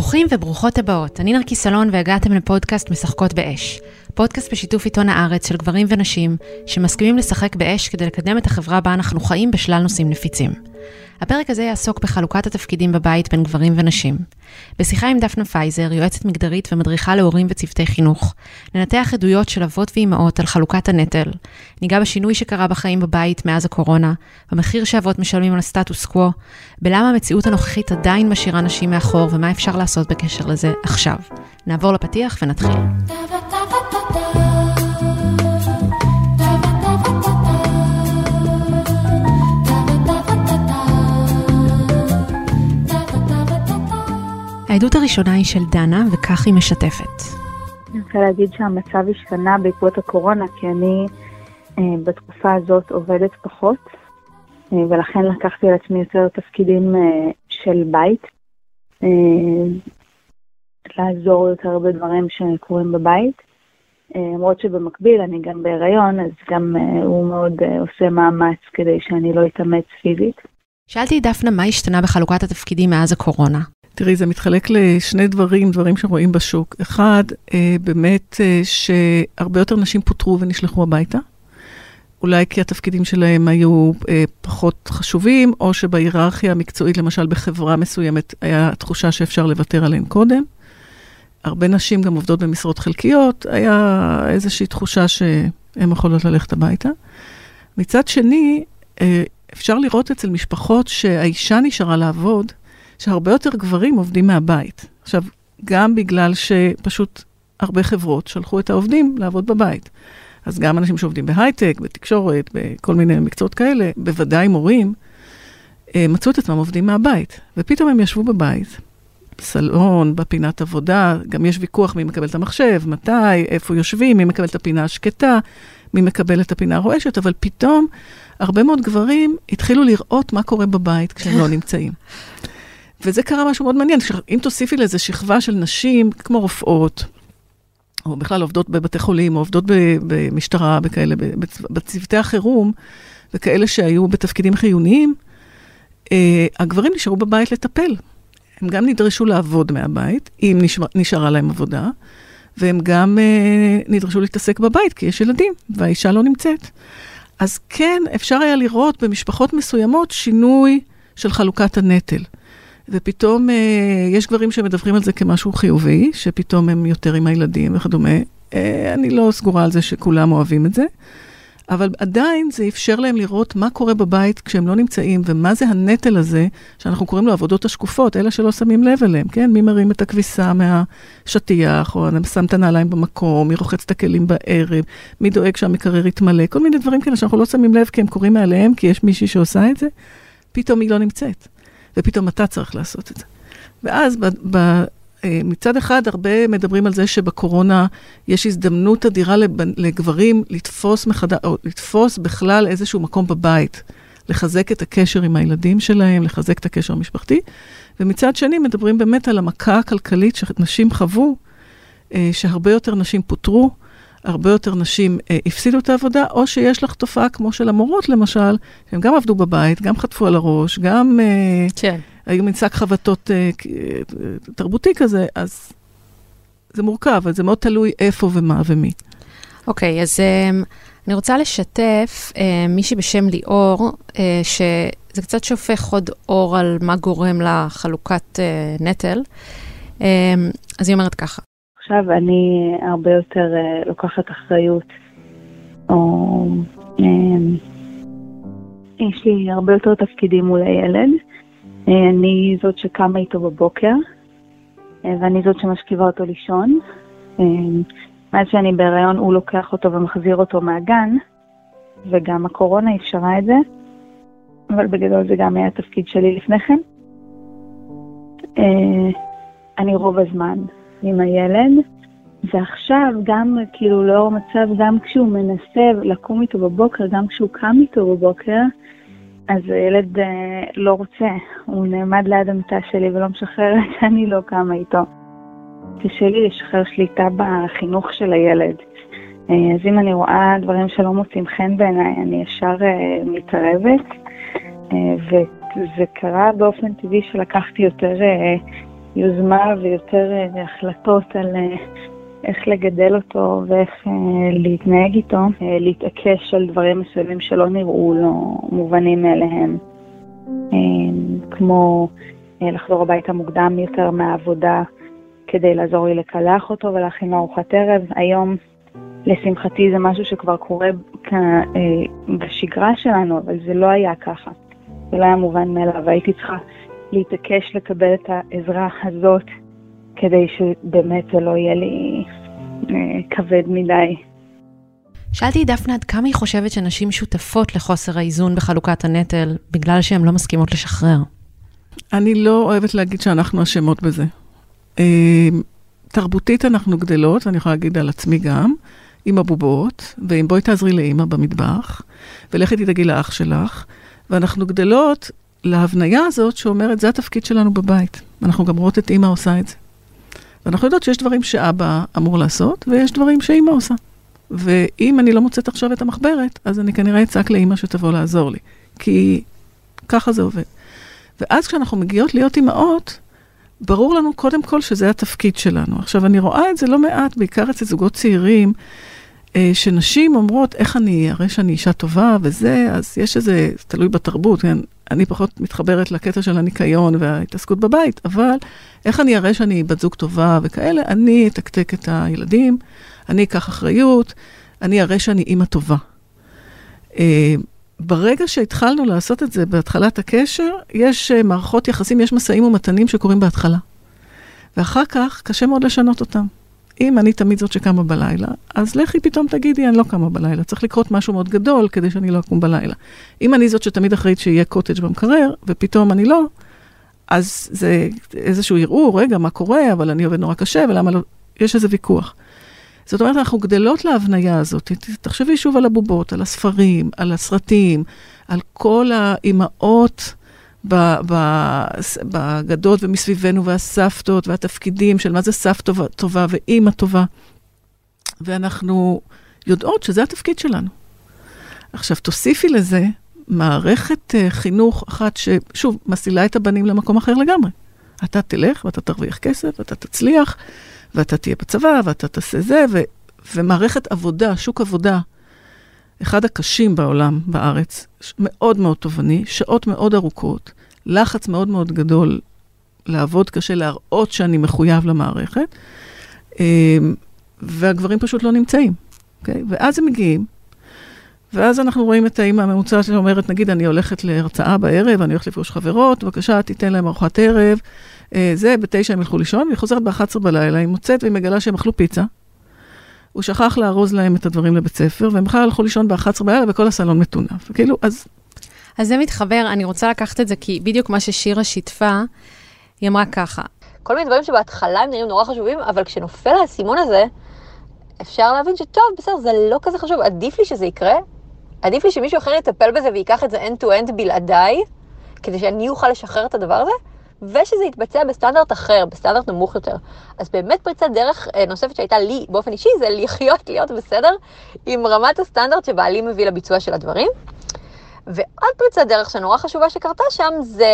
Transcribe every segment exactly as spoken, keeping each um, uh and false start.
ברוכים וברוכות הבאות. אני נרקי סלון והגעתם לפודקאסט משחקות באש. פודקאסט בשיתוף עיתון הארץ של גברים ונשים שמסכימים לשחק באש כדי לקדם את החברה בה אנחנו חיים בשלל נושאים נפיצים. הפרק הזה יעסוק בחלוקת התפקידים בבית בין גברים ונשים. בשיחה עם דפנה פייזר, יועצת מגדרית ומדריכה להורים וצוותי חינוך, ננתח עדויות של אבות ואימהות על חלוקת הנטל, ניגע בשינוי שקרה בחיים בבית מאז הקורונה, במחיר שאבות משלמים על הסטטוס קוו, בלמה המציאות הנוכחית עדיין משאירה נשים מאחור ומה אפשר לעשות בקשר לזה עכשיו. נעבור לפתיח ונתחיל. העדות הראשונה היא של דנה, וכך היא משתפת. אני רוצה להגיד שהמצב השתנה בעקבות הקורונה, כי אני אה, בתקופה הזאת עובדת פחות, אה, ולכן לקחתי על עצמי יותר תפקידים אה, של בית, אה, לעזור יותר בדברים שקורים בבית, אה, למרות שבמקביל אני גם בהיריון, אז גם אה, הוא מאוד אה, עושה מאמץ כדי שאני לא אתאמץ פיזית. שאלתי את דפנה מה השתנה בחלוקת התפקידים מאז הקורונה. תראי, זה מתחלק לשני דברים, דברים שרואים בשוק. אחד, באמת שהרבה יותר נשים פוטרו ונשלחו הביתה. אולי כי התפקידים שלהם היו פחות חשובים, או שבהיררכיה המקצועית, למשל בחברה מסוימת, היה תחושה שאפשר לוותר עליהן קודם. הרבה נשים גם עובדות במשרות חלקיות, היה איזושהי תחושה שהן יכולות ללכת הביתה. מצד שני, אפשר לראות אצל משפחות שהאישה נשארה לעבוד, שהרבה יותר גברים עובדים מהבית. עכשיו, גם בגלל שפשוט הרבה חברות שלחו את העובדים לעבוד בבית. אז גם אנשים שעובדים בהייטק, בתקשורת, בכל מיני מקצועות כאלה, בוודאי מורים, מצאו את עצמם עובדים מהבית. ופתאום הם ישבו בבית, בסלון, בפינת עבודה, גם יש ויכוח מי מקבל את המחשב, מתי, איפה יושבים, מי מקבל את הפינה השקטה, מי מקבל את הפינה הרועשת, אבל פתאום הרבה מאוד גברים התחילו לראות מה קורה בבית כשהם לא נמצאים. וזה קרה משהו מאוד מעניין, אם תוסיפי לזה שכבה של נשים, כמו רופאות, או בכלל עובדות בבתי חולים, או עובדות במשטרה, בכאלה, בצוותי החירום, וכאלה שהיו בתפקידים חיוניים, הגברים נשארו בבית לטפל. הם גם נדרשו לעבוד מהבית, אם נשארה להם עבודה, והם גם נדרשו להתעסק בבית, כי יש ילדים, והאישה לא נמצאת. אז כן, אפשר היה לראות במשפחות מסוימות שינוי של חלוקת הנטל. ופתאום אה, יש גברים שמדברים על זה כמשהו חיובי, שפתאום הם יותר עם הילדים וכדומה. אה, אני לא סגורה על זה שכולם אוהבים את זה, אבל עדיין זה אפשר להם לראות מה קורה בבית כשהם לא נמצאים, ומה זה הנטל הזה, שאנחנו קוראים לו עבודות השקופות, אלה שלא שמים לב אליהם, כן? מי מרים את הכביסה מהשטיח, או שם את הנעליים במקום, מי רוחץ את הכלים בערב, מי דואג שהמקרר יתמלא, כל מיני דברים כאלה שאנחנו לא שמים לב כי הם קוראים מעליהם, כי יש מישהי שעושה את זה, פתאום היא לא נמצאת. ופתאום אתה צריך לעשות את זה. ואז ב, ב, מצד אחד הרבה מדברים על זה שבקורונה יש הזדמנות אדירה לגברים לתפוס מחדש, או לתפוס בכלל איזשהו מקום בבית, לחזק את הקשר עם הילדים שלהם, לחזק את הקשר המשפחתי, ומצד שני מדברים באמת על המכה הכלכלית שנשים חוו, שהרבה יותר נשים פוטרו, הרבה יותר נשים אה, הפסידו את העבודה, או שיש לך תופעה כמו של המורות, למשל, שהם גם עבדו בבית, גם חטפו על הראש, גם אה, כן. היו מנשק חבטות אה, תרבותי כזה, אז זה מורכב, אבל זה מאוד תלוי איפה ומה ומי. אוקיי, אז אה, אני רוצה לשתף אה, מישהי בשם ליאור, אה, שזה קצת שופך עוד אור על מה גורם לחלוקת אה, נטל. אה, אז היא אומרת ככה. עכשיו אני הרבה יותר uh, לוקחת אחריות, או um, יש לי הרבה יותר תפקידים מול הילד. Uh, אני זאת שקמה איתו בבוקר, uh, ואני זאת שמשכיבה אותו לישון. Uh, מאז שאני בהיריון הוא לוקח אותו ומחזיר אותו מהגן, וגם הקורונה אפשרה את זה, אבל בגדול זה גם היה התפקיד שלי לפני כן. Uh, אני רוב הזמן עם הילד, ועכשיו גם כאילו לאור המצב, גם כשהוא מנסה לקום איתו בבוקר, גם כשהוא קם איתו בבוקר, אז הילד אה, לא רוצה, הוא נעמד ליד המיטה שלי ולא משחרר, אני לא קמה איתו. קשה לי לשחרר שליטה בחינוך של הילד. אה, אז אם אני רואה דברים שלא מוצאים חן בעיניי, אני ישר אה, מתערבת, אה, וזה קרה באופן טבעי שלקחתי יותר אה, יוזמה ויותר החלטות על איך לגדל אותו ואיך להתנהג איתו, להתעקש על דברים מסוימים שלא נראו לו מובנים מאליהם, כמו לחזור הביתה מוקדם יותר מהעבודה כדי לעזור לי לקלח אותו ולהכין ארוחת ערב. היום לשמחתי זה משהו שכבר קורה בשגרה שלנו, אבל זה לא היה ככה. זה לא היה מובן מאליו, והייתי צריכה להתעקש לקבל את העזרה הזאת, כדי שבאמת זה לא יהיה לי אה, כבד מדי. שאלתי דפנה עד כמה היא חושבת שנשים שותפות לחוסר האיזון בחלוקת הנטל, בגלל שהן לא מסכימות לשחרר. אני לא אוהבת להגיד שאנחנו אשמות בזה. אה, תרבותית אנחנו גדלות, אני יכולה להגיד על עצמי גם, עם הבובות, ואם בואי תעזרי לאמא במטבח, ולכי תדאגי לאח שלך, ואנחנו גדלות להבניה הזאת שאומרת, זה התפקיד שלנו בבית. אנחנו גם רואות את אמא עושה את זה. ואנחנו יודעות שיש דברים שאבא אמור לעשות, ויש דברים שאמא עושה. ואם אני לא מוצאת עכשיו את המחברת, אז אני כנראה אצעק לאמא שתבוא לעזור לי. כי ככה זה עובד. ואז כשאנחנו מגיעות להיות אמאות, ברור לנו קודם כל שזה התפקיד שלנו. עכשיו, אני רואה את זה לא מעט, בעיקר אצל זוגות צעירים, שנשים אומרות, איך אני, הרי שאני אישה טובה וזה, אז יש איזה, תלוי בתרבות, כן? אני פחות מתחברת לקטע של הניקיון וההתעסקות בבית, אבל איך אני הרי שאני בת זוג טובה וכאלה, אני אתקתק את הילדים, אני אקח אחריות, אני הרי שאני אימא טובה. ברגע שהתחלנו לעשות את זה בהתחלת הקשר, יש מערכות יחסים, יש מסעים ומתנים שקורים בהתחלה. ואחר כך קשה מאוד לשנות אותם. אם אני תמיד זאת שקמה בלילה, אז לכי פתאום תגידי, אני לא קמה בלילה. צריך לקרות משהו מאוד גדול כדי שאני לא אקום בלילה. אם אני זאת שתמיד אחראית שיהיה קוטג' במקרר, ופתאום אני לא, אז זה איזשהו ערעור, רגע, מה קורה, אבל אני עובד נורא קשה, ולמה לא, יש איזה ויכוח. זאת אומרת, אנחנו גדלות להבניה הזאת. תחשבי שוב על הבובות, על הספרים, על הסרטים, על כל האימהות בגדות ומסביבנו, והסבתות, והתפקידים של מה זה סבתא טובה ואימא טובה. ואנחנו יודעות שזה התפקיד שלנו. עכשיו, תוסיפי לזה מערכת חינוך אחת ששוב, מסילה את הבנים למקום אחר לגמרי. אתה תלך ואתה תרוויח כסף, ואתה תצליח, ואתה תהיה בצבא, ואתה תעשה זה, ו- ומערכת עבודה, שוק עבודה, אחד הקשים בעולם, בארץ, מאוד מאוד תובעני, שעות מאוד ארוכות, לחץ מאוד מאוד גדול, לעבוד קשה, להראות שאני מחויב למערכת, והגברים פשוט לא נמצאים. Okay? ואז הם מגיעים, ואז אנחנו רואים את האמא הממוצע שאומרת, נגיד, אני הולכת להרצאה בערב, אני הולכת לפגוש חברות, בבקשה, תיתן להם ארוחת ערב, זה, בתשע הם ילכו לישון, והיא חוזרת ב-אחת עשרה בלילה, היא מוצאת והיא מגלה שהם אכלו פיצה, הוא שכח לארוז להם את הדברים לבית ספר, והם בכלל הלכו לישון ב-אחת עשרה בלילה, וכל הסלון מטונף. וכאילו, אז... אז זה מתחבר, אני רוצה לקחת את זה, כי בדיוק מה ששירה שיתפה, היא אמרה ככה. כל מיני דברים שבהתחלה הם נראים נורא חשובים, אבל כשנופל הסימון הזה, אפשר להבין שטוב, בסדר, זה לא כזה חשוב, עדיף לי שזה יקרה, עדיף לי שמישהו אחר יטפל בזה ויקח את זה end to end בלעדיי, כדי שאני אוכל לשחרר את הדבר הזה, ושזה יתבצע בסטנדרט אחר, בסטנדרט נמוך יותר. אז באמת פריצת דרך נוספת שהייתה לי באופן אישי, זה לחיות, להיות בסדר, עם רמת הסטנדרט שבעלי מביא לביצוע של הדברים. ועוד פריצת דרך שנורא חשובה שקרתה שם, זה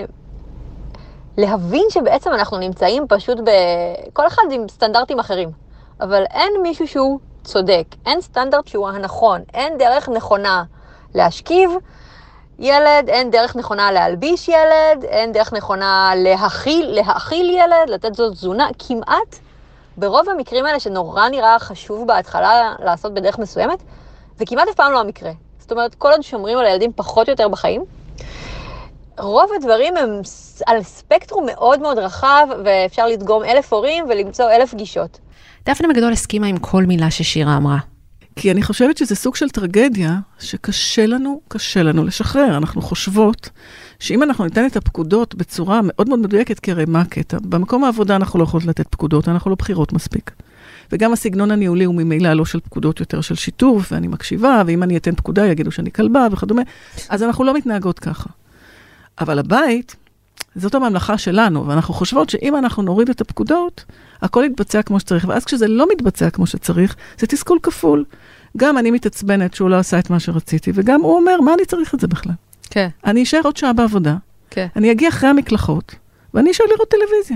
להבין שבעצם אנחנו נמצאים פשוט בכל אחד עם סטנדרטים אחרים. אבל אין מישהו שהוא צודק, אין סטנדרט שהוא הנכון, אין דרך נכונה להשכיב ילד, אין דרך נכונה להלביש ילד, אין דרך נכונה להאכיל, להאכיל ילד, לתת זאת תזונה, כמעט ברוב המקרים האלה שנורא נראה חשוב בהתחלה לעשות בדרך מסוימת, זה כמעט אף פעם לא המקרה. זאת אומרת, כל עוד שומרים על הילדים פחות או יותר בחיים, רוב הדברים הם על ספקטרום מאוד מאוד רחב, ואפשר לדגום אלף הורים ולמצוא אלף גישות. דפנה מגדול הסכימה עם כל מילה ששירה אמרה. כי אני חושבת שזה סוג של טרגדיה, שקשה לנו, קשה לנו לשחרר. אנחנו חושבות שאם אנחנו ניתן את הפקודות בצורה מאוד מאוד מדויקת, כי הרי מה הקטע? במקום העבודה אנחנו לא יכולות לתת פקודות, אנחנו לא בחירות מספיק. וגם הסגנון הניהולי הוא ממילא לא של פקודות יותר של שיתוף, ואני מקשיבה, ואם אני אתן פקודה יגידו שאני כלבה וכדומה. אז אנחנו לא מתנהגות ככה. אבל הבית, זאת הממלכה שלנו, ואנחנו חושבות שאם אנחנו נוריד את הפקודות, הכל יתבצע כמו שצריך, ואז כשזה לא מתבצע כמו שצריך, זה תסכול כפול. גם אני מתעצבנת שהוא לא עשה את מה שרציתי, וגם הוא אומר, מה אני צריך את זה בכלל? כן. אני אשאר עוד שעה בעבודה, כן. אני אגיע אחרי המקלחות, ואני אשאר לראות טלוויזיה.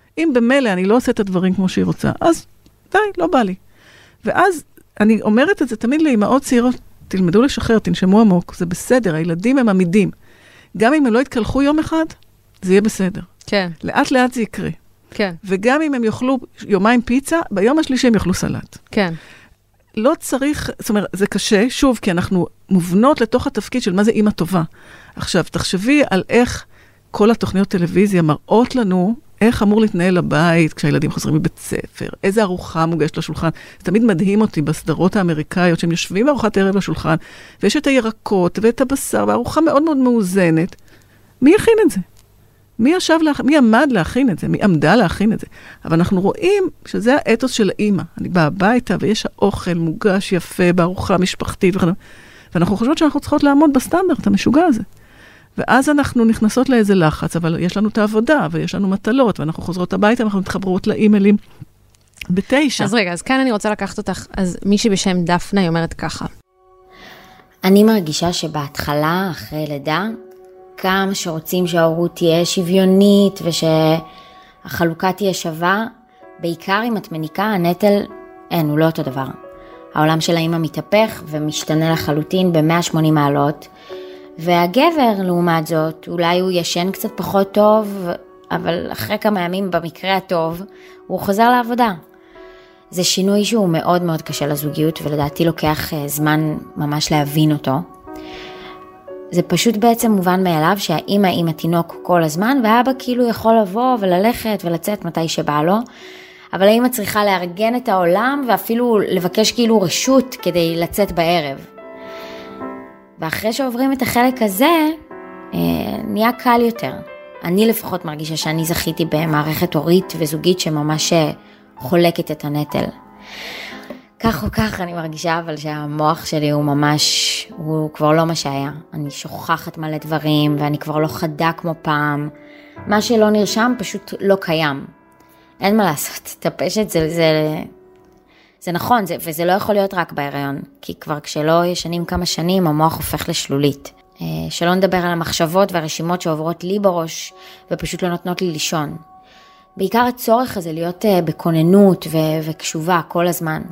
אם במילא אני לא עושה את הדברים כמו שהיא רוצה, אז די, לא בא לי. ואז אני אומרת את זה תמיד לאמהות צעירות, תלמדו לשחרר, תנשמו עמוק, זה בסדר, הילדים הם עמידים. גם אם הם לא יתקלחו יום אחד, זה יהיה בסדר. כן. לאט לאט זה יקרה. כן. וגם אם הם יאכלו יומיים פיצה, ביום השלישי הם יאכלו סלט. כן. לא צריך, זאת אומרת, זה קשה, שוב, כי אנחנו מובנות לתוך התפקיד של מה זה אימא טובה. עכשיו, תחשבי על איך כל התוכניות טלוויזיה מראות לנו איך אמור להתנהל הבית כשהילדים חוזרים מבית ספר, איזה ארוחה מוגשת לשולחן. זה תמיד מדהים אותי בסדרות האמריקאיות, שהם יושבים בארוחת ערב לשולחן, ויש את הירקות ואת הבשר, והארוחה מאוד מאוד מאוזנת. מי יכין את זה? מי ישב, להכ... מי עמד להכין את זה? מי עמדה להכין את זה? אבל אנחנו רואים שזה האתוס של האמא. אני באה הביתה ויש האוכל מוגש יפה בארוחה משפחתית וכו'. ואנחנו חושבות שאנחנו צריכות לעמוד בסטנדרט המשוגע הזה. ואז אנחנו נכנסות לאיזה לחץ, אבל יש לנו את העבודה, ויש לנו מטלות, ואנחנו חוזרות הביתה, ואנחנו מתחברות לאימיילים בתשע. אז רגע, אז כאן אני רוצה לקחת אותך, אז מישהי בשם דפנה, היא אומרת ככה. אני מרגישה שבהתחלה, אחרי לידה, כמה שרוצים שההורות תהיה שוויונית, ושהחלוקה תהיה שווה, בעיקר אם את מניקה, הנטל, אין, הוא לא אותו דבר. העולם של האמא מתהפך, ומשתנה לחלוטין ב-מאה ושמונים מעלות, והגבר, לעומת זאת, אולי הוא ישן קצת פחות טוב, אבל אחרי כמה ימים במקרה הטוב, הוא חוזר לעבודה. זה שינוי שהוא מאוד מאוד קשה לזוגיות, ולדעתי לוקח זמן ממש להבין אותו. זה פשוט בעצם מובן מאליו שהאמא עם התינוק כל הזמן, והאבא כאילו יכול לבוא וללכת ולצאת מתי שבא לו, אבל האמא צריכה לארגן את העולם, ואפילו לבקש כאילו רשות כדי לצאת בערב. ואחרי שעוברים את החלק הזה, נהיה קל יותר. אני לפחות מרגישה שאני זכיתי במערכת הורית וזוגית שממש חולקת את הנטל. כך או כך אני מרגישה אבל שהמוח שלי הוא ממש, הוא כבר לא מה שהיה. אני שוכחת מלא דברים ואני כבר לא חדה כמו פעם. מה שלא נרשם פשוט לא קיים. אין מה לעשות, טפשת זה... זה זה נכון, זה, וזה לא יכול להיות רק בהיריון, כי כבר כשלא ישנים כמה שנים, המוח הופך לשלולית. אה, שלא נדבר על המחשבות והרשימות שעוברות לי בראש, ופשוט לא נותנות לי לישון. בעיקר הצורך הזה להיות אה, בכוננות ו- וקשובה כל הזמן.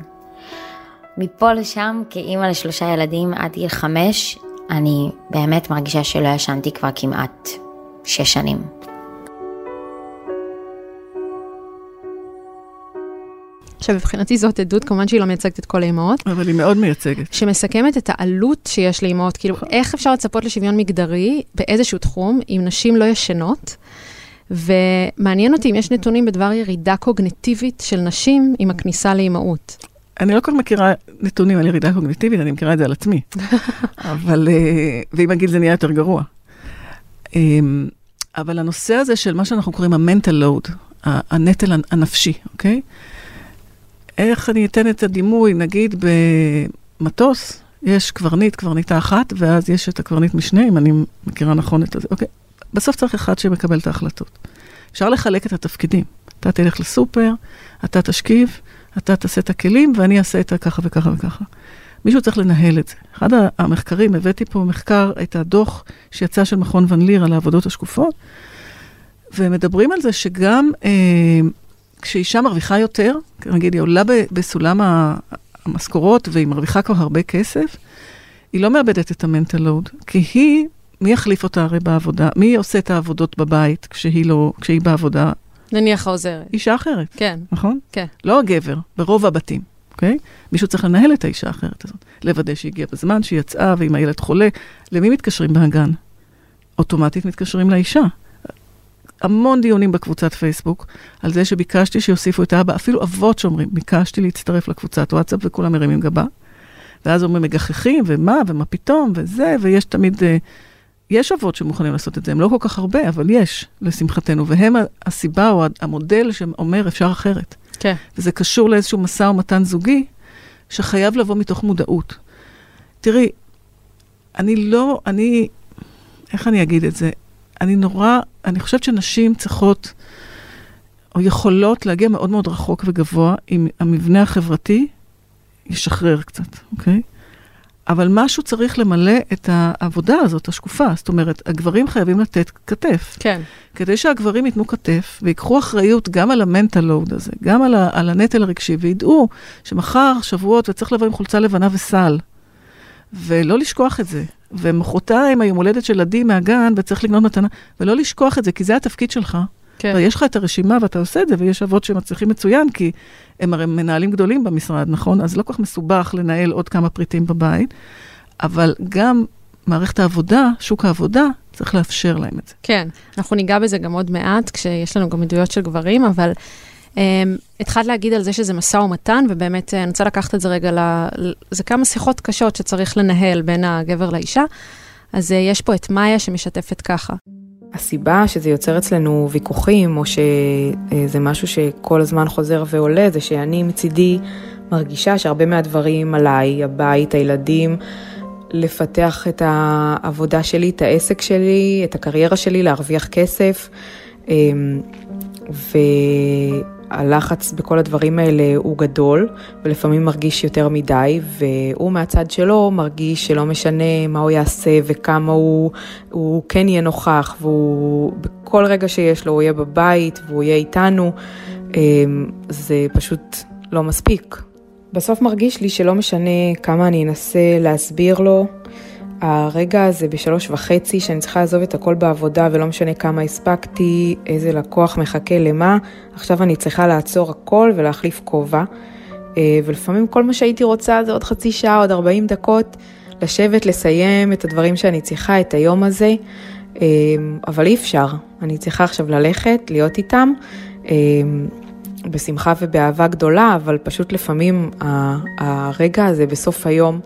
מפה לשם, כאימא לשלושה ילדים עד גיל חמש, אני באמת מרגישה שלא ישנתי כבר כמעט שש שנים. עכשיו, מבחינתי זאת עדות, כמובן שהיא לא מייצגת את כל האימהות. אבל היא מאוד מייצגת. שמסכמת את העלות שיש לאימהות, כאילו, איך אפשר לצפות לשוויון מגדרי באיזשהו תחום, אם נשים לא ישנות, ומעניין אותי אם יש נתונים בדבר ירידה קוגניטיבית של נשים עם הכניסה לאימהות. אני לא כל כך מכירה נתונים על ירידה קוגניטיבית, אני מכירה את זה על עצמי. אבל, ועם הגיל זה נהיה יותר גרוע. אבל הנושא הזה של מה שאנחנו קוראים ה-mental load, הנטל הנפשי, אוקיי? איך אני אתן את הדימוי, נגיד במטוס, יש קברנית, קברניתה אחת, ואז יש את הקברנית משנה, אם אני מכירה נכון את זה, אוקיי? בסוף צריך אחד שמקבל את ההחלטות. אפשר לחלק את התפקידים. אתה תלך לסופר, אתה תשכיב, אתה תעשה את הכלים, ואני אעשה את ככה וככה וככה. מישהו צריך לנהל את זה. אחד המחקרים, הבאתי פה מחקר, את הדוח שיצא של מכון ון ליר על העבודות השקופות, ומדברים על זה שגם אה, כשאישה מרוויחה יותר, נגיד היא עולה בסולם המשכורות, והיא מרוויחה כבר הרבה כסף, היא לא מאבדת את המנטל לוד, כי היא, מי יחליף אותה הרי בעבודה? מי עושה את העבודות בבית כשהיא, לא, כשהיא בעבודה? נניח העוזרת. אישה אחרת. כן. נכון? כן. לא הגבר, ברוב הבתים. אוקיי? מישהו צריך לנהל את האישה האחרת הזאת. לוודא שהיא הגיעה בזמן, שהיא יצאה, ואם הילד חולה. למי מתקשרים בהגן? אוטומטית מתקשרים לאישה. המון דיונים בקבוצת פייסבוק, על זה שביקשתי שיוסיפו את האבא, אפילו אבות שאומרים, ביקשתי להצטרף לקבוצת וואטסאפ, וכולם מרימים גבה. ואז אומרים מגחכים, ומה, ומה פתאום, וזה, ויש תמיד, יש אבות שמוכנים לעשות את זה, הם לא כל כך הרבה, אבל יש, לשמחתנו, והם הסיבה או המודל שאומר אפשר אחרת. כן. וזה קשור לאיזשהו מסע ומתן זוגי, שחייב לבוא מתוך מודעות. תראי, אני לא, אני, איך אני אגיד את זה? אני נורא, אני חושבת שנשים צריכות, או יכולות להגיע מאוד מאוד רחוק וגבוה, אם המבנה החברתי ישחרר קצת, אוקיי? אבל משהו צריך למלא את העבודה הזאת, השקופה. זאת אומרת, הגברים חייבים לתת כתף. כן. כדי שהגברים ייתנו כתף, ויקחו אחריות גם על המנטל לואוד הזה, גם על, ה- על הנטל הרגשי, וידעו שמחר, שבועות, וצריך לבוא עם חולצה לבנה וסל, ולא לשכוח את זה. ומחרתיים היום הולדת של עדי מהגן, וצריך לגנות מתנה, ולא לשכוח את זה, כי זה התפקיד שלך. כן. ויש לך את הרשימה ואתה עושה את זה, ויש אבות שמצליחים מצוין, כי הם הרי מנהלים גדולים במשרד, נכון? אז לא כל כך מסובך לנהל עוד כמה פריטים בבית, אבל גם מערכת העבודה, שוק העבודה, צריך לאפשר להם את זה. כן, אנחנו ניגע בזה גם עוד מעט, כשיש לנו גם עדויות של גברים, אבל um, התחלת להגיד על זה שזה משא ומתן, ובאמת אני רוצה לקחת את זה רגע, ל... זה כמה שיחות קשות שצריך לנהל בין הגבר לאישה, אז uh, יש פה את מאיה שמשתפת ככה. הסיבה שזה יוצר אצלנו ויכוחים, או שזה משהו שכל הזמן חוזר ועולה, זה שאני מצידי מרגישה שהרבה מהדברים עליי, הבית, הילדים, לפתח את העבודה שלי, את העסק שלי, את הקריירה שלי, להרוויח כסף, והלחץ בכל הדברים האלה הוא גדול, ולפעמים מרגיש יותר מדי, והוא מהצד שלו מרגיש שלא משנה מה הוא יעשה וכמה הוא, הוא כן יהיה נוכח, והוא בכל רגע שיש לו הוא יהיה בבית והוא יהיה איתנו, זה פשוט לא מספיק. בסוף מרגיש לי שלא משנה כמה אני אנסה להסביר לו, הרגע הזה בשלוש וחצי שאני צריכה לעזוב את הכל בעבודה ולא משנה כמה הספקתי, איזה לקוח מחכה למה, עכשיו אני צריכה לעצור הכל ולהחליף כובע, ולפעמים כל מה שהייתי רוצה זה עוד חצי שעה, עוד ארבעים דקות, לשבת, לסיים את הדברים שאני צריכה, את היום הזה, אבל אי אפשר, אני צריכה עכשיו ללכת, להיות איתם, בשמחה ובאהבה גדולה, אבל פשוט לפעמים הרגע הזה בסוף היום,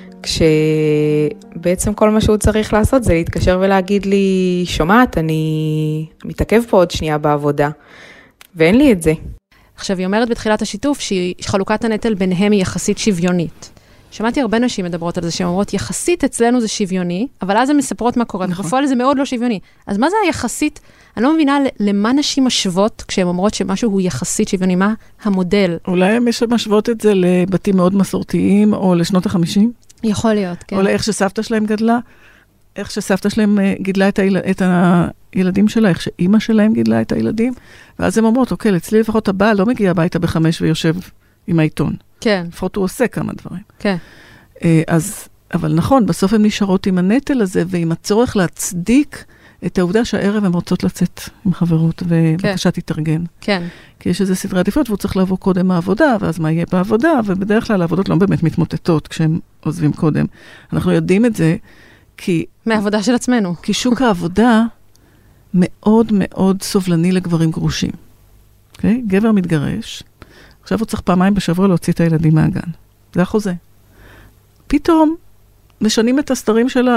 כשבעצם כל מה שהוא צריך לעשות זה להתקשר ולהגיד לי, שומעת, אני מתעכב פה עוד שנייה בעבודה, ואין לי את זה. עכשיו, היא אומרת בתחילת השיתוף שחלוקת הנטל ביניהם היא יחסית שוויונית. שמעתי הרבה נשים מדברות על זה, שהן אומרות, יחסית אצלנו זה שוויוני, אבל אז הן מספרות מה קורה, נכון. בפועל זה מאוד לא שוויוני. אז מה זה היחסית? אני לא מבינה למה נשים משוות, כשהן אומרות שמשהו הוא יחסית שוויוני, מה המודל? אולי הן משוות את זה לבתים מאוד מסורתיים, או לשנות החמישים? יכול להיות, כן. או לאיך שסבתא שלהם גדלה, איך שסבתא שלהם גידלה את, היל... את הילדים שלה, איך שאימא שלהם גידלה את הילדים, ואז הן אומרות, אוקיי, אצלי לפחות הבעל לא מגיע הביתה בחמש ויושב עם העיתון. כן. לפחות הוא עושה כמה דברים. כן. אז, אבל נכון, בסוף הן נשארות עם הנטל הזה, ועם הצורך להצדיק את העובדה שהערב הן רוצות לצאת עם חברות, ובבקשה תתארגן. כן. כי יש איזה סדרי עדיפות, והוא צריך לעבור קודם מהעבודה, ואז מה יהיה בעבודה, ובדרך כלל העבודות לא באמת מתמוטטות כשהם עוזבים קודם. אנחנו יודעים את זה, כי... מהעבודה של עצמנו. כי שוק העבודה מאוד מאוד סובלני לגברים גרושים. אוקיי? גבר מתגרש, עכשיו הוא צריך פעמיים בשבוע להוציא את הילדים מהגן. זה החוזה. פתאום משנים את הסתרים של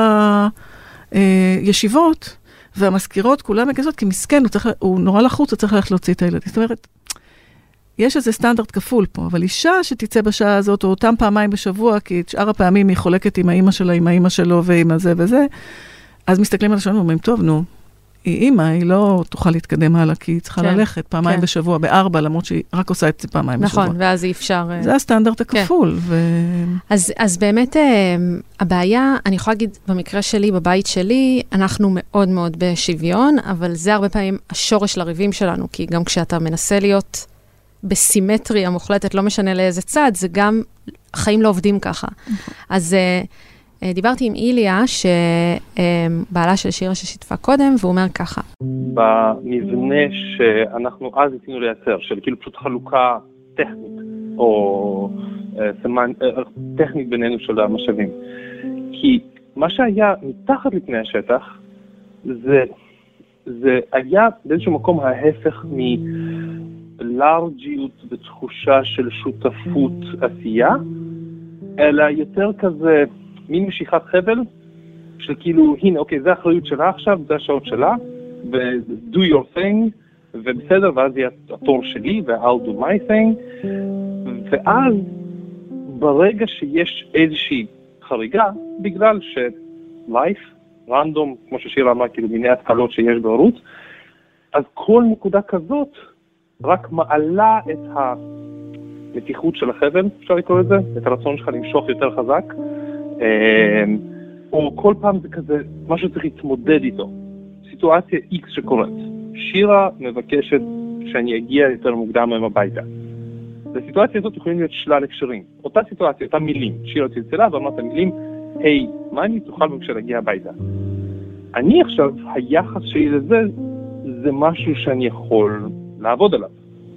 הישיבות, והמזכירות כולם מגייסות, כי מסכן, הוא, צריך, הוא נורא לחוץ, הוא צריך ללכת להוציא את הילדים. זאת אומרת, יש איזה סטנדרט כפול פה, אבל אישה שתצא בשעה הזאת, או אותם פעמיים בשבוע, כי את שאר הפעמים היא חולקת עם האמא שלה, עם האמא שלו, ועם הזה וזה, אז מסתכלים על השעון ואומרים, טוב, נו, היא אימא, היא לא תוכל להתקדם הלאה, כי היא צריכה כן, ללכת פעמיים כן. בשבוע, בארבע, למרות שהיא רק עושה את זה פעמיים נכון, בשבוע. נכון, ואז אי אפשר... זה הסטנדרט הכפול. כן. ו... אז, אז באמת, הבעיה, אני יכולה להגיד, במקרה שלי, בבית שלי, אנחנו מאוד מאוד בשוויון, אבל זה הרבה פעמים השורש לריבים שלנו, כי גם כשאתה מנסה להיות בסימטריה מוחלטת, לא משנה לאיזה צד, זה גם, החיים לא עובדים ככה. אז... דיברתי עם איליה, שבעלה של שירה ששיתפה קודם, והוא אומר ככה. במבנה שאנחנו אז ניסינו לייצר, של כאילו פשוט חלוקה טכנית, או טכנית בינינו של המשאבים. כי מה שהיה מתחת לפני השטח, זה, זה היה באיזשהו מקום ההפך מלארג'יות ותחושה של שותפות עשייה, אלא יותר כזה... מין משיכת חבל, של כאילו, הנה, אוקיי, זה האחריות שלה עכשיו, זה השעות שלה, ו-do your thing, ובסדר, ואז יהיה התור שלי, ו-I'll do my thing, ואז, ברגע שיש איזושהי חריגה, בגלל ש-life, random, כמו ששירה אמרה, כאילו, מיני התקלות שיש בהורות, אז כל נקודה כזאת, רק מעלה את המתיחות של החבל, אפשר לקרוא את זה, את הרצון שלך למשוך יותר חזק, או כל פעם זה כזה, משהו צריך להתמודד איתו. סיטואציה X שקורית. שירה מבקשת שאני אגיע יותר מוקדם עם הביתה. בסיטואציה הזאת יכולים להיות שלל הקשרים. אותה סיטואציה, אותה מילים. שירה צלצלה ואמרת המילים, היי, מה אני תוכל בבקשה להגיע הביתה? אני עכשיו, היחס שלי לזה, זה משהו שאני יכול לעבוד עליו.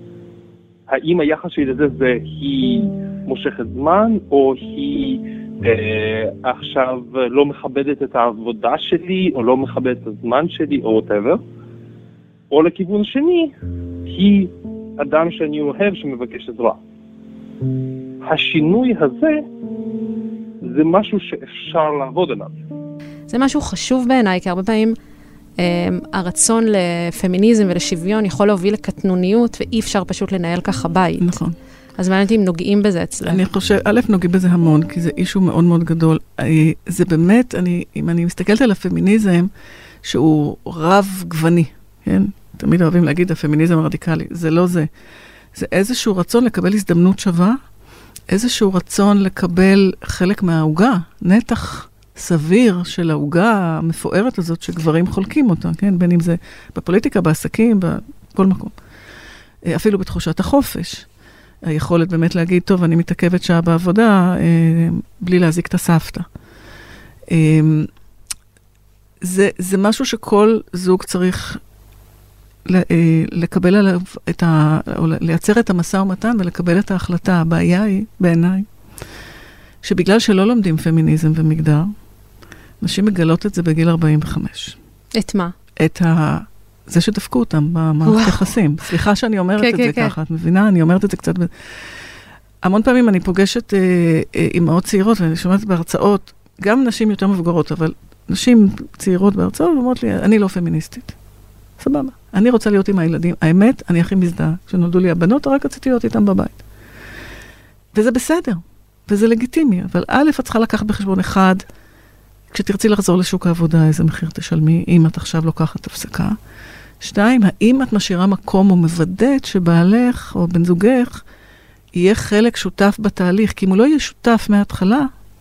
האם היחס שלי לזה זה היא מושכת זמן, או היא אה, עכשיו לא מכבדת את העבודה שלי, או לא מכבדת את הזמן שלי, או whatever. או לכיוון שני, היא אדם שאני אוהב שמבקש עזרה. השינוי הזה, זה משהו שאפשר לעבוד עליו. זה משהו חשוב בעיניי, כי הרבה פעמים אה, הרצון לפמיניזם ולשוויון יכול להוביל לקטנוניות, ואי אפשר פשוט לנהל ככה בית. נכון. אז מעניין אותי אם נוגעים בזה אצלך. אני חושב, א', נוגעים בזה המון, כי זה אישו מאוד מאוד גדול. זה באמת, אני, אם אני מסתכלת על הפמיניזם, שהוא רב גווני, כן? תמיד אוהבים להגיד, הפמיניזם הרדיקלי. זה לא זה. זה איזשהו רצון לקבל הזדמנות שווה, איזשהו רצון לקבל חלק מההוגה, נתח סביר של ההוגה המפוארת הזאת, שגברים חולקים אותה, כן? בין אם זה בפוליטיקה, בעסקים, בכל מקום. אפילו בתחושת החופש. היכולת באמת להגיד, טוב, אני מתעכבת שעה בעבודה, אה, בלי להזיק את הסבתא. אה, זה, זה משהו שכל זוג צריך ל, אה, לקבל עליו את ה... או לייצר את המשא ומתן ולקבל את ההחלטה. הבעיה היא, בעיניי, שבגלל שלא לומדים פמיניזם ומגדר, נשים מגלות את זה בגיל ארבעים וחמש. את מה? את ה... זה שדפקו אותם במערכת יחסים. סליחה שאני אומרת את זה ככה, את מבינה? אני אומרת את זה קצת... המון פעמים אני פוגשת אימהות צעירות, ואני שומעת בהרצאות, גם נשים יותר מבוגרות, אבל נשים צעירות בהרצאות, ואומרות לי, אני לא פמיניסטית. סבבה. אני רוצה להיות עם הילדים. האמת, אני הכי מזדהה. כשנולדו לי הבנות, רק רציתי להיות איתם בבית. וזה בסדר, וזה לגיטימי, אבל א', את צריכה לקחת בחשבון אחד, כשתרצי לחזור לשוק העבודה, איזה מחיר תשלמי, אם את עכשיו לוקחת הפסקה. שתיים, האם את משאירה מקום או מוודאת שבעלך או בן זוגך יהיה חלק שותף בתהליך, כי אם הוא לא יהיה שותף מההתחלה,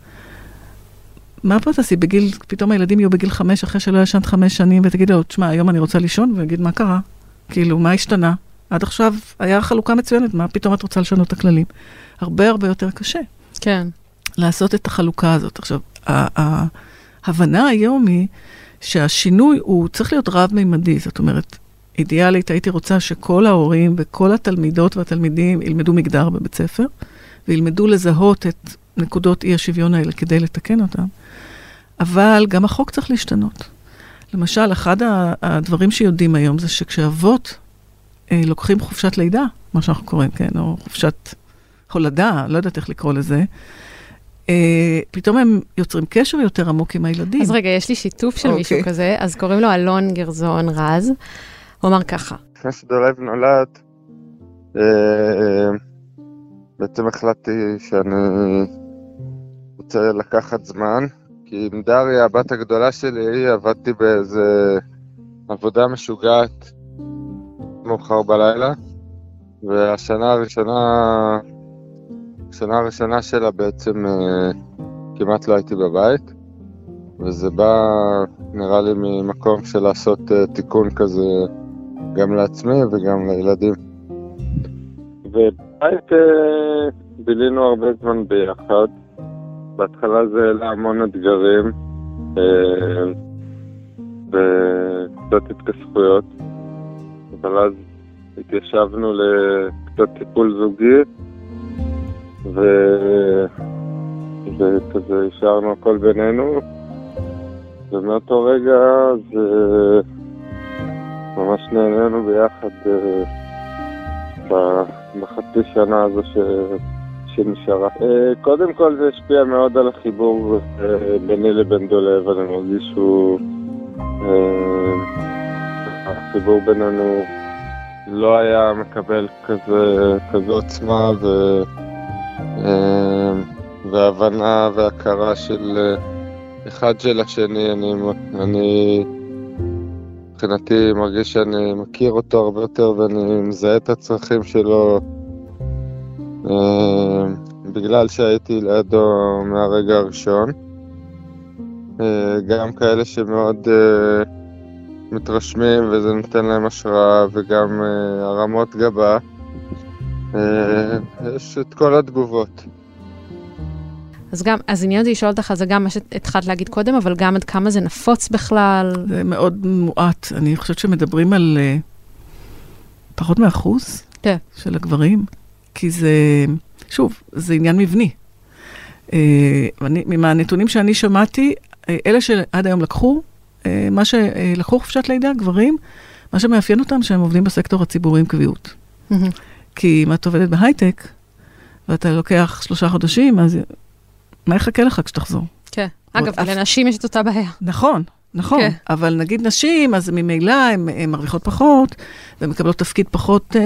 מה פה תעשי? בגיל, פתאום הילדים יהיו בגיל חמש, אחרי שלא ישנת חמש שנים, ותגיד לו, תשמע, היום אני רוצה לישון, ויגיד, מה קרה? כאילו, מה השתנה? עד עכשיו היה חלוקה מצוינת, מה פתאום את רוצה לשנות את הכללים? הרבה הרבה יותר קשה. כן. לעשות את החלוקה הזאת. עכשיו, ההבנה היום היא שהשינוי הוא צריך להיות רב-מימדי, זאת אומרת, אידיאלית הייתי רוצה שכל ההורים וכל התלמידות והתלמידים ילמדו מגדר בבית ספר, וילמדו לזהות את נקודות אי השוויון האלה כדי לתקן אותם, אבל גם החוק צריך להשתנות. למשל, אחד הדברים שיודעים היום זה שכשאבות אה, לוקחים חופשת לידה, מה שאנחנו קוראים, כן, או חופשת הולדה, לא יודעת איך לקרוא לזה, Uh, פתאום הם יוצרים קשר יותר עמוק עם הילדים. אז רגע, יש לי שיתוף של okay. מישהו כזה, אז קוראים לו אלון גרזון רז, הוא אמר ככה. לפני שדולב נולד, uh, בעצם החלטתי שאני רוצה לקחת זמן, כי עם דריה, הבת הגדולה שלי, עבדתי באיזה עבודה משוגעת מאוחר בלילה, והשנה הראשונה... השנה הראשונה שלה בעצם אה, כמעט לא הייתי בבית, וזה בא נראה לי ממקום של לעשות אה, תיקון כזה גם לעצמי וגם לילדים. ובבית אה, בילינו הרבה זמן ביחד. בהתחלה זה העלה המון אתגרים אה, וקצת התכספויות, אבל אז התיישבנו לקצת טיפול זוגי, ו... וכזה השארנו הכל בינינו, ומאותו רגע זה ממש נהנינו ביחד בחצי שנה הזו ש... שנשארה. קודם כל זה השפיע מאוד על החיבור ביני לבין דולב, אני מרגיש שהוא... החיבור בינינו לא היה מקבל כזה, כזה עוצמה ו... והבנה והכרה של אחד של השני. אני, אני מבחינתי מרגיש שאני מכיר אותו הרבה יותר ואני מזהה את הצרכים שלו בגלל שהייתי לידו מהרגע הראשון. גם כאלה שמאוד מתרשמים וזה נותן להם השראה, וגם הרמות גבה. יש את כל התגובות. אז גם, אז עניין אותי לשאול אותך, זה גם מה שהתחלת להגיד קודם, אבל גם עד כמה זה נפוץ בכלל? זה מאוד מועט. אני חושבת שמדברים על uh, פחות מאחוז כן. של הגברים, כי זה, שוב, זה עניין מבני. Uh, אני, מהנתונים שאני שמעתי, uh, אלה שעד היום לקחו, uh, מה שלקחו חופשת לידה, גברים, מה שמאפיין אותם שהם עובדים בסקטור הציבורי עם קביעות. Mm-hmm. כי אם את עובדת בהייטק, ואתה לוקח שלושה חודשים, אז מה יחכה לך כשתחזור? כן. אגב, לנשים יש את אותה בעיה. נכון, נכון. אבל נגיד נשים, אז ממילא הן מרוויחות פחות, והן מקבלות תפקיד פחות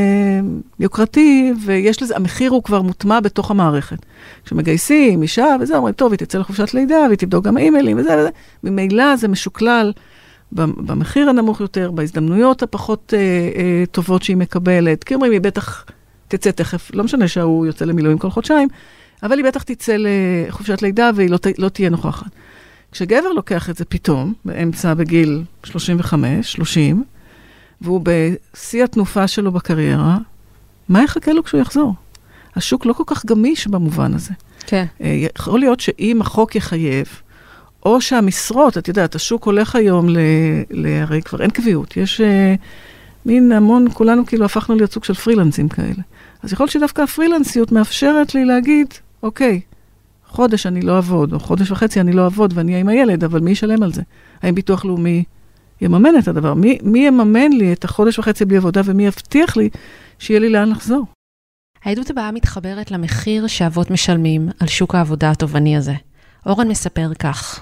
יוקרתי, ויש לזה, המחיר הוא כבר מוטמע בתוך המערכת. כשמגייסים אישה וזה, אומרים, טוב, היא תצא לחופשת לידה, והיא תבדוק גם האימיילים וזה וזה. ממילא זה משוקלל במחיר הנמוך יותר, בהזדמנויות הפחות טובות שהיא מקבלת. כי אומרים, היא בטח תצא תכף, לא משנה שהוא יוצא למילואים כל חודשיים, אבל היא בטח תצא לחופשת לידה והיא לא, לא תהיה נוכחת. כשגבר לוקח את זה פתאום, באמצע בגיל שלושים וחמש שלושים, והוא בשיא התנופה שלו בקריירה, מה יחכה לו כשהוא יחזור? השוק לא כל כך גמיש במובן הזה. כן. יכול להיות שאם החוק יחייב, או שהמשרות, את יודעת, השוק הולך היום ל... ל... הרי כבר אין קביעות. יש uh, מין המון, כולנו כאילו הפכנו להיות סוג של פרילנסים כאלה. אז יכול להיות שדווקא הפרילנסיות מאפשרת לי להגיד, אוקיי, חודש אני לא אעבוד, או חודש וחצי אני לא אעבוד, ואני אהיה עם הילד, אבל מי ישלם על זה? האם ביטוח לאומי יממן את הדבר? מי, מי יממן לי את החודש וחצי בלי עבודה, ומי יבטיח לי שיהיה לי לאן לחזור? העדות הבאה מתחברת למחיר שאבות משלמים על שוק העבודה התובעני הזה. אורן מספר כך.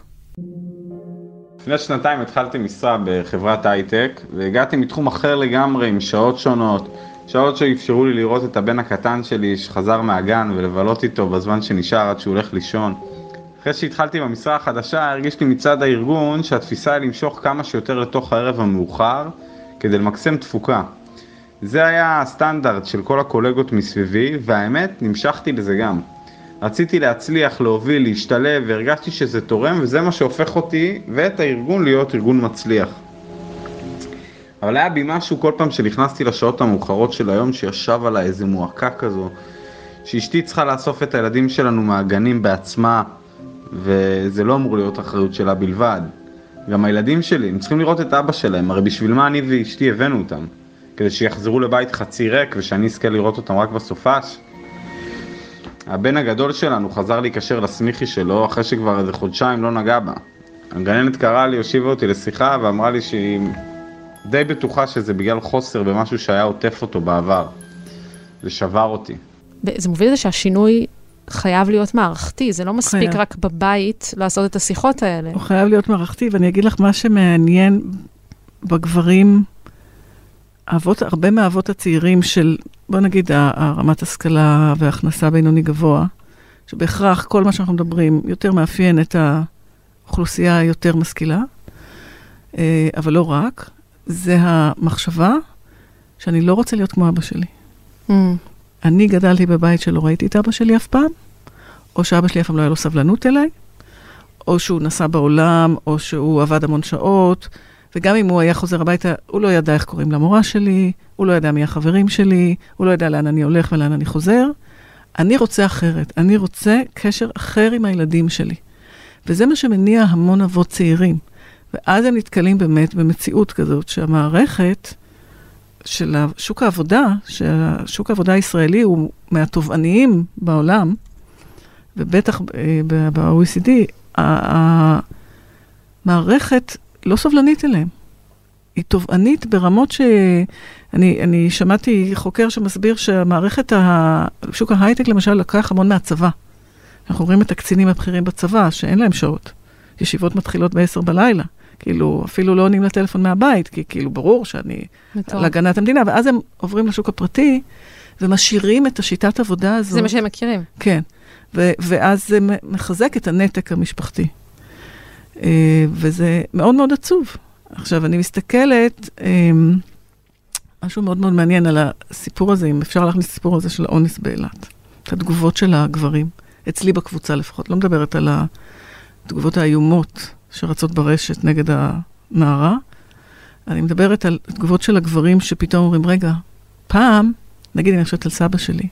לפני שנתיים התחלתי משרה בחברת הייטק, והגעתי מתחום אחר לגמרי עם שעות שונות, שעות שאפשרו לי לראות את הבן הקטן שלי שחזר מהגן ולבלות איתו בזמן שנשאר עד שהוא הולך לישון. אחרי שהתחלתי במשרה החדשה, הרגיש לי מצד הארגון שהתפיסה היא למשוך כמה שיותר לתוך הערב המאוחר כדי למקסם תפוקה. זה היה הסטנדרט של כל הקולגות מסביבי, והאמת, נמשכתי לזה גם. רציתי להצליח, להוביל, להשתלב, והרגשתי שזה תורם, וזה מה שהופך אותי ואת הארגון להיות ארגון מצליח. אבל היה בי משהו כל פעם שנכנסתי לשעות המאוחרות של היום, שישב עליי איזה מועקה כזו, שאשתי צריכה לאסוף את הילדים שלנו מהגנים בעצמה, וזה לא אמור להיות אחריות שלה בלבד. גם הילדים שלי, הם צריכים לראות את אבא שלהם, הרי בשביל מה אני ואשתי הבאנו אותם? כדי שיחזרו לבית חצי ריק, ושאני אזכה לראות אותם רק בסופש. הבן הגדול שלנו חזר להיקשר לסמיכי שלו, אחרי שכבר איזה חודשיים לא נגע בה. הגננת קראה לי, הושיבה אותי לשיחה, ואמרה לי שהיא די בטוחה שזה בגלל חוסר במשהו שהיה עוטף אותו בעבר. זה שבר אותי. זה מוביל לזה שהשינוי חייב להיות מערכתי, זה לא מספיק חייב. רק בבית לעשות את השיחות האלה. הוא חייב להיות מערכתי, ואני אגיד לך מה שמעניין בגברים, אבות, הרבה מהאבות הצעירים של, בוא נגיד, הרמת השכלה וההכנסה בינוני גבוה, שבהכרח כל מה שאנחנו מדברים יותר מאפיין את האוכלוסייה היותר משכילה, אבל לא רק, זה המחשבה שאני לא רוצה להיות כמו אבא שלי. Mm. אני גדלתי בבית שלא ראיתי את אבא שלי אף פעם, או שאבא שלי אף פעם לא היה לו סבלנות אליי, או שהוא נסע בעולם, או שהוא עבד המון שעות, וגם אם הוא היה חוזר הביתה, הוא לא ידע איך קוראים למורה שלי, הוא לא ידע מי החברים שלי, הוא לא ידע לאן אני הולך ולאן אני חוזר. אני רוצה אחרת, אני רוצה קשר אחר עם הילדים שלי. וזה מה שמניע המון אבות צעירים. ואז הם נתקלים באמת במציאות כזאת, שהמערכת של שוק העבודה, ששוק העבודה הישראלי הוא מהתובעניים בעולם, ובטח ב-או אי סי די, המערכת לא סובלנית אליהם. היא תובענית ברמות שאני אני שמעתי חוקר שמסביר שהמערכת, שוק ההייטק למשל לקח המון מהצבא. אנחנו רואים את הקצינים הבכירים בצבא, שאין להם שעות. ישיבות מתחילות בעשר בלילה. כאילו, אפילו לא עונים לטלפון מהבית, כי כאילו ברור שאני להגנת המדינה, ואז הם עוברים לשוק הפרטי, ומשאירים את השיטת עבודה הזאת. זה מה שהם מכירים. כן. ו- ואז זה מחזק את הנתק המשפחתי. וזה מאוד מאוד עצוב. עכשיו, אני מסתכלת, משהו מאוד מאוד מעניין על הסיפור הזה, אם אפשר להכניס לסיפור הזה של האונס באילת. את התגובות של הגברים, אצלי בקבוצה לפחות, לא מדברת על התגובות האיומות שרצות ברשת נגד הנערה. אני מדברת על תגובות של הגברים שפתאום אומרים, רגע, פעם, נגיד אני חושבת על סבא שלי,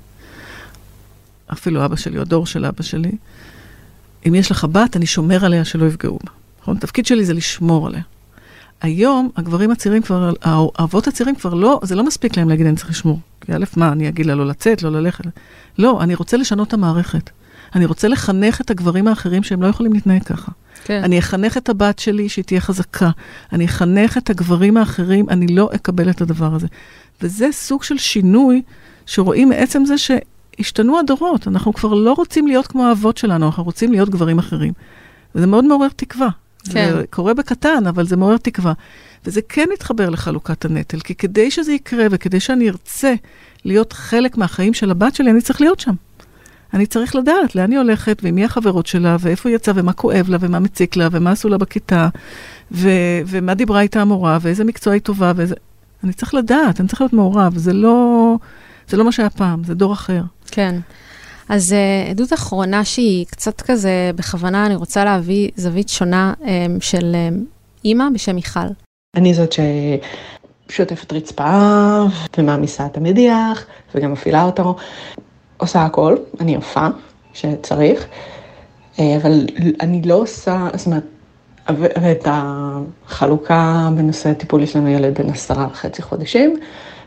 אפילו אבא שלי, או הדור של אבא שלי, אם יש לך בת, אני שומר עליה שלא יפגעו בה. נכון? התפקיד שלי זה לשמור עליה. היום, הגברים הצעירים כבר, האבות הצעירים כבר לא, זה לא מספיק להם להגיד, אני צריך לשמור. כי א', מה, אני אגיד לה לא לצאת, לא ללכת. לא, אני רוצה לשנות את המערכת. אני רוצה לחנך את הגברים האחרים שהם לא יכולים להתנהג ככה. כן. אני אחנך את הבת שלי שהיא תהיה חזקה. אני אחנך את הגברים האחרים, אני לא אקבל את הדבר הזה. וזה סוג של שינוי שרואים מעצם זה שהשתנו הדורות. אנחנו כבר לא רוצים להיות כמו האבות שלנו, אנחנו רוצים להיות גברים אחרים. וזה מאוד מעורר תקווה. כן. זה קורה בקטן, אבל זה מעורר תקווה. וזה כן מתחבר לחלוקת הנטל, כי כדי שזה יקרה וכדי שאני ארצה להיות חלק מהחיים של הבת שלי, אני צריך להיות שם. אני צריך לדעת לאן היא הולכת, ומי החברות שלה, ואיפה היא יצאה, ומה כואב לה, ומה מציק לה, ומה עשו לה בכיתה, ו- ומה דיברה איתה המורה, ואיזה מקצוע היא טובה, ואיזה... אני צריך לדעת, אני צריך להיות מעורב. זה לא, זה לא מה שהיה פעם, זה דור אחר. כן. אז uh, עדות אחרונה שהיא קצת כזה, בכוונה אני רוצה להביא זווית שונה um, של um, אימא בשם מיכל. אני זאת ששוטפת רצפה, ומעמיסה את המדיח, וגם מפעילה אותו. עושה הכל, אני יפה, שצריך, אבל אני לא עושה, זאת אומרת, ואת החלוקה בנושא טיפול, יש לנו ילד בן עשרה וחצי חודשים,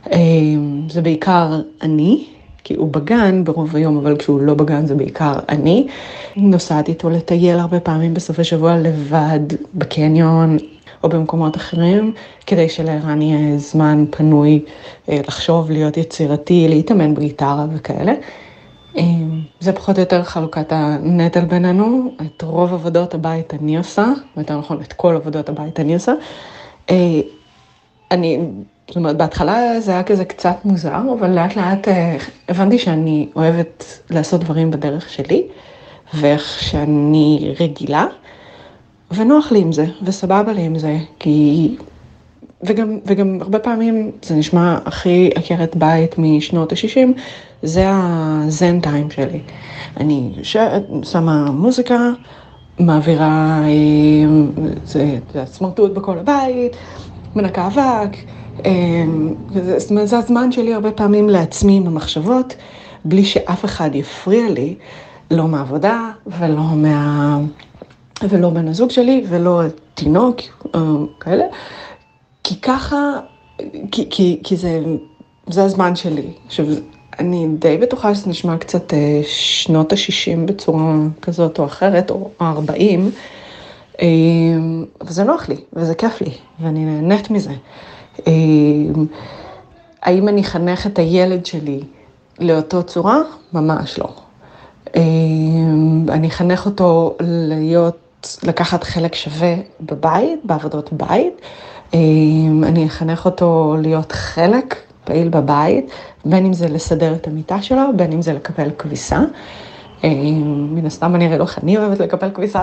זה בעיקר אני, כי הוא בגן ברוב היום, אבל כשהוא לא בגן זה בעיקר אני. נוסעת איתו לטייל הרבה פעמים בסופי שבוע לבד, בקניון, או במקומות אחרים, כדי שלערן יהיה זמן פנוי לחשוב, להיות יצירתי, להתאמן בגיטרה וכאלה. זה פחות או יותר חלוקת הנטל בינינו. את רוב עבודות הבית אני עושה, ויותר נכון, את כל עבודות הבית אני עושה. אני, זאת אומרת, בהתחלה זה היה כזה קצת מוזר, אבל לאט לאט הבנתי שאני אוהבת לעשות דברים בדרך שלי, ואיך שאני רגילה, ונוח לי עם זה, וסבבה לי עם זה, כי... וגם, וגם הרבה פעמים זה נשמע הכי עקרת בית משנות ה-שישים, זה הזן טיים שלי. אני ש... שמה מוזיקה, מעבירה, זה, זה סמרטוט בכל הבית, מנקה אבק, זאת אומרת, זה הזמן שלי הרבה פעמים לעצמי עם המחשבות, בלי שאף אחד יפריע לי, לא מהעבודה ולא מה... ולא בן הזוג שלי, ולא תינוק, כאלה, כי ככה, כי, כי, כי זה, זה הזמן שלי. עכשיו, אני די בטוחה שזה נשמע קצת שנות ה-שישים בצורה כזאת או אחרת, או ה-ארבעים, אבל זה נוח לי, וזה כיף לי, ואני נהנית מזה. האם אני אחנך את הילד שלי לאותו צורה? ממש לא. אני אחנך אותו להיות, לקחת חלק שווה בבית, בעבודות בית. אני אחנך אותו להיות חלק פעיל בבית, בין אם זה לסדר את המיטה שלו, בין אם זה לקבל כביסה. מן הסתם אני אראה לו איך אני אוהבת לקבל כביסה.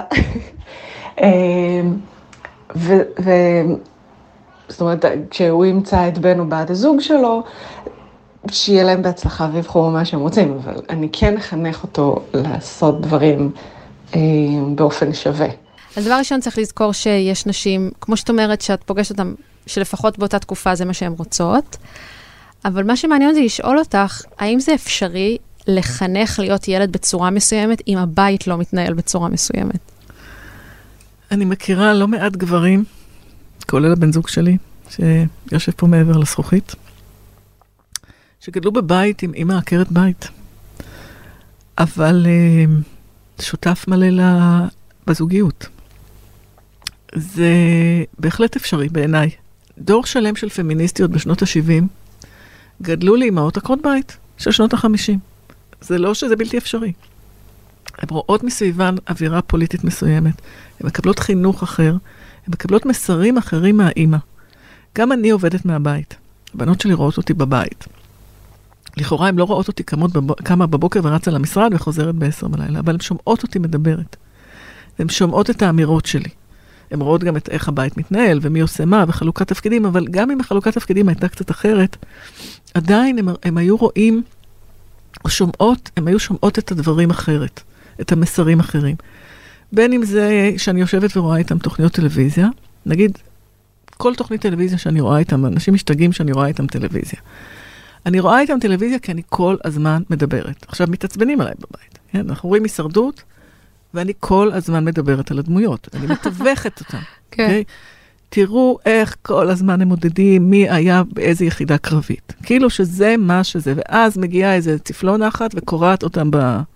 ו... ו... זאת אומרת, כשהוא ימצא את בן או בת הזוג שלו, שיהיה להם בהצלחה ויבחרו מה שהם רוצים, אבל אני כן אחנך אותו לעשות דברים אה, באופן שווה. אז דבר ראשון צריך לזכור שיש נשים, כמו שאת אומרת, שאת פוגשת אותם, שלפחות באותה תקופה זה מה שהן רוצות, אבל מה שמעניין זה לשאול אותך, האם זה אפשרי לחנך להיות ילד בצורה מסוימת, אם הבית לא מתנהל בצורה מסוימת? אני מכירה לא מעט גברים, כולל הבן זוג שלי, שיושב פה מעבר לזכוכית, שגדלו בבית עם אמא עקרת בית, אבל uh, שותף מלא לה בזוגיות. זה בהחלט אפשרי בעיניי. דור שלם של פמיניסטיות בשנות ה-שבעים, גדלו לאמהות עקרות בית של שנות ה-חמישים. זה לא שזה בלתי אפשרי. הן רואות מסביבן אווירה פוליטית מסוימת, הן מקבלות חינוך אחר, הן מקבלות מסרים אחרים מהאמא. גם אני עובדת מהבית. הבנות שלי רואות אותי בבית. לכאורה הן לא רואות אותי קמה בבוקר ורצה למשרד וחוזרת בעשר בלילה, אבל הן שומעות אותי מדברת. הן שומעות את האמירות שלי. הן רואות גם את איך הבית מתנהל ומי עושה מה וחלוקת תפקידים, אבל גם אם החלוקת תפקידים הייתה קצת אחרת, עדיין הם, הם היו רואים או שומעות, הם היו שומעות את הדברים אחרת, את המסרים אחרים. בין אם זה שאני יושבת ורואה איתם תוכניות טלוויזיה, נגיד, כל תוכנית טלוויזיה שאני רואה איתם, אנשים משתגעים שאני רואה איתם טלוויזיה. אני רואה איתם טלוויזיה כי אני כל הזמן מדברת. עכשיו מתעצבנים עליי בבית. כן? אנחנו רואים הישרדות, ואני כל הזמן מדברת על הדמויות. אני מתווכת אותם. כן. Okay? תראו איך כל הזמן הם מודדים מי היה באיזה יחידה קרבית. כאילו שזה מה שזה, ואז מגיעה איזה צפלון אחת וקוראת אותם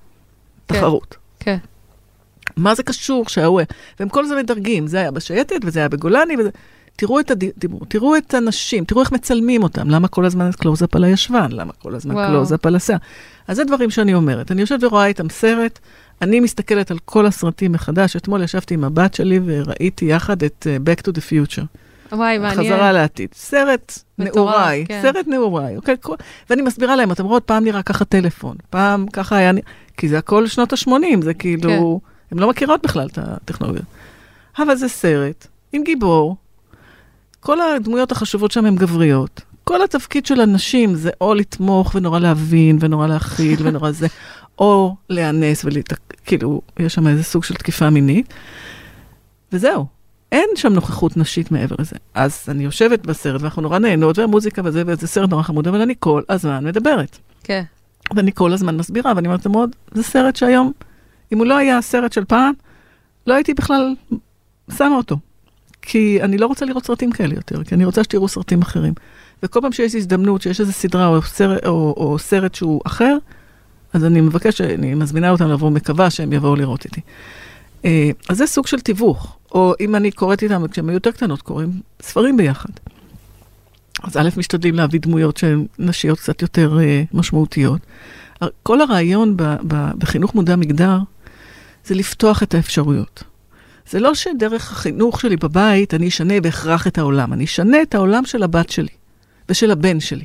בתחרות. כן. מה זה קשור שההוא... והם כל זה מדרגים, זה היה בשייטת וזה היה בגולני, וזה... תראו את הדיבור, תראו את הנשים, תראו איך מצלמים אותם, למה כל הזמן קלוז-אפ על הישבן, למה כל הזמן קלוז-אפ על השיער. אז זה דברים שאני אומרת. אני יושבת ורואה איתם סרט, אני מסתכלת על כל הסרטים מחדש, אתמול ישבתי עם הבת שלי וראיתי יחד את uh, Back to the Future. וואי, מעניין. חזרה לעתיד. סרט נעוריי, כן. סרט נעוריי, אוקיי? ואני מסבירה להם, אתם רואות, פעם נראה ככה טלפון, פעם ככה היה, כי זה הכל שנות ה-שמונים, זה כאילו, כן. הם לא מכירות בכלל את הטכנולוגיה. אבל זה סרט עם גיבור, כל הדמויות החשובות שם הן גבריות. כל התפקיד של אנשים זה או לתמוך ונורא להבין ונורא להכיל ונורא זה, או להיאנס וכאילו, יש שם איזה סוג של תקיפה מינית. וזהו. אין שם נוכחות נשית מעבר לזה. אז אני יושבת בסרט ואנחנו נורא נהנות, והמוזיקה וזה, וזה סרט נורא חמוד, אבל אני כל הזמן מדברת. כן. ואני כל הזמן מסבירה, ואני אומרת מאוד, זה סרט שהיום, אם הוא לא היה סרט של פעם, לא הייתי בכלל שמה אותו. כי אני לא רוצה לראות סרטים כאלה יותר, כי אני רוצה שתראו סרטים אחרים. וכל פעם שיש הזדמנות, שיש איזו סדרה או סרט, או, או סרט שהוא אחר, אז אני מבקש, אני מזמינה אותם לבוא, מקווה שהם יבואו לראות איתי. אז זה סוג של תיווך. או אם אני קוראת איתם, כשהם יותר קטנות, קוראים ספרים ביחד. אז א', משתדלים להביא דמויות שהן נשיות קצת יותר משמעותיות. כל הרעיון ב, ב, בחינוך מודע מגדר, זה לפתוח את האפשרויות. זה לא שדרך החינוך שלי בבית, אני אשנה בהכרח את העולם. אני אשנה את העולם של הבת שלי, ושל הבן שלי.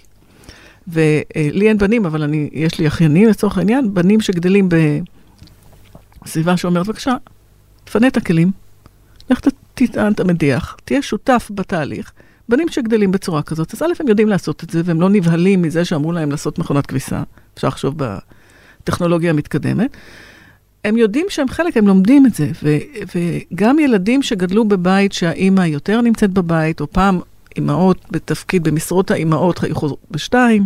ולי אין בנים, אבל אני, יש לי אחיינים לצורך העניין, בנים שגדלים בסביבה שאומרת, בבקשה, תפנה את הכלים, לך תטען את המדיח, תהיה שותף בתהליך, בנים שגדלים בצורה כזאת, אז א' הם יודעים לעשות את זה, והם לא נבהלים מזה שאמרו להם לעשות מכונת כביסה, אפשר לחשוב בטכנולוגיה המתקדמת, הם יודעים שהם חלק, הם לומדים את זה, ו- וגם ילדים שגדלו בבית שהאימא יותר נמצאת בבית, או פעם אימהות בתפקיד, במשרות האימהות חיכו בשתיים,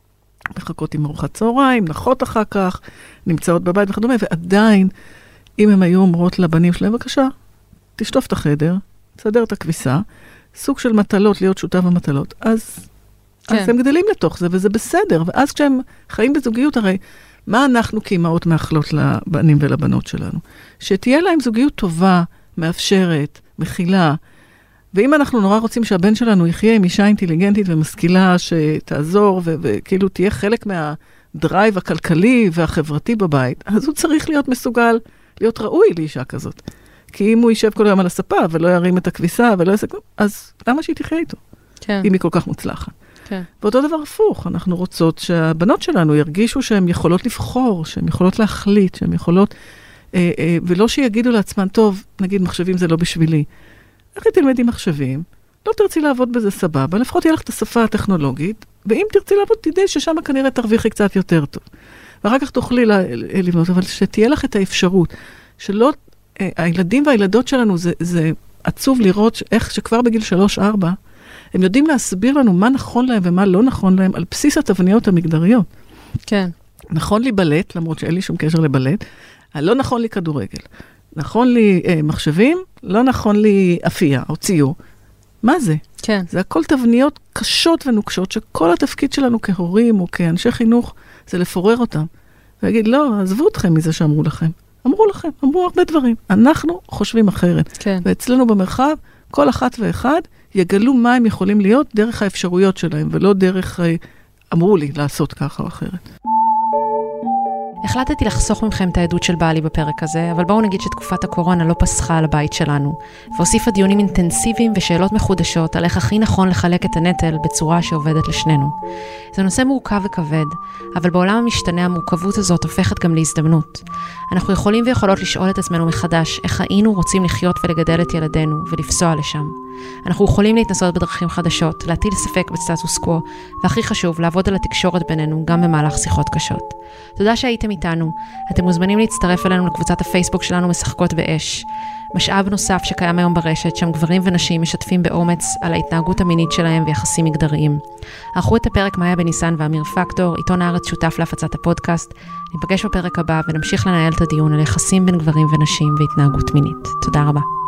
מחכות עם ארוחת צהריים, נחות אחר כך, נמצאות בבית וכדומה, ועדיין, אם הם היו אומרות לבנים שלהם, בבקשה, תשטוף את החדר, תסדר את הכביסה, סוג של מטלות, להיות שותף במטלות, אז, כן. אז הם גדלים לתוך זה, וזה בסדר, ואז כשהם חיים בזוגיות, הרי מה אנחנו כאימהות מאחלות לבנים ולבנות שלנו? שתהיה להם זוגיות טובה, מאפשרת, מכילה, ואם אנחנו נורא רוצים שהבן שלנו יחיה עם אישה אינטליגנטית ומשכילה שתעזור, ו- וכאילו תהיה חלק מהדרייב הכלכלי והחברתי בבית, אז הוא צריך להיות מסוגל, להיות ראוי לאישה כזאת. כי אם הוא יישב כל היום על הספה ולא ירים את הכביסה ולא יעשה כלום, אז למה שהיא תחיה איתו? כן. אם היא כל כך מוצלחת. כן. ואותו דבר הפוך, אנחנו רוצות שהבנות שלנו ירגישו שהן יכולות לבחור, שהן יכולות להחליט, שהן יכולות, אה, אה, ולא שיגידו לעצמן, טוב, נגיד מחשבים זה לא בשבילי. איך היא תלמדי מחשבים? לא תרצי לעבוד בזה סבבה, לפחות יהיה לך את השפה הטכנולוגית, ואם תרצי לעבוד, תדעי ששם כנראה תרוויחי קצת יותר טוב. ואחר כך תוכלי לבנות, אבל שתהיה לך את האפשרות, שלא, אה, הילדים והילדות שלנו, זה, זה עצוב לראות איך שכבר בגיל שלוש ארבע, הם יודעים להסביר לנו מה נכון להם ומה לא נכון להם, על בסיס התבניות המגדריות. כן. נכון לי בלט, למרות שאין לי שום קשר לבלט, לא נכון לי כדורגל. נכון לי אה, מחשבים, לא נכון לי אפייה או ציור. מה זה? כן. זה הכל תבניות קשות ונוקשות, שכל התפקיד שלנו כהורים או כאנשי חינוך, זה לפורר אותם. ולהגיד, לא, עזבו אתכם מזה שאמרו לכם. אמרו לכם, אמרו הרבה דברים. אנחנו חושבים אחרת. כן. ואצלנו במרחב, כל אחת ואחד יגלו מה הם יכולים להיות דרך האפשרויות שלהם, ולא דרך, אמרו לי, לעשות ככה או אחרת. החלטתי לחסוך מכם את העדות של בעלי בפרק הזה, אבל בואו נגיד שתקופת הקורונה לא פסחה על הבית שלנו, והוסיפה דיונים אינטנסיביים ושאלות מחודשות על איך הכי נכון לחלק את הנטל בצורה שעובדת לשנינו. זה נושא מורכב וכבד, אבל בעולם המשתנה המורכבות הזאת הופכת גם להזדמנות. אנחנו יכולים ויכולות לשאול את עצמנו מחדש איך היינו רוצים לחיות ולגדל את ילדינו ולפסוע לשם. אנחנו יכולים להתנסות בדרכים חדשות, להטיל ספק בסטטוס קוו, והכי חשוב, לעבוד על התקשורת בינינו גם במהלך שיחות קשות. תודה שהייתם איתנו. אתם מוזמנים להצטרף אלינו לקבוצת הפייסבוק שלנו משחקות באש. משאב נוסף שקיים היום ברשת, שם גברים ונשים משתפים באומץ על ההתנהגות המינית שלהם ויחסים מגדריים. ערכו את הפרק מאיה בניסן ואמיר פקטור, עיתון הארץ שותף להפצת הפודקאסט. ניפגש בפרק הבא ונמשיך לנהל את הדיון על יחסים בין גברים ונשים והתנהגות מינית. תודה רבה.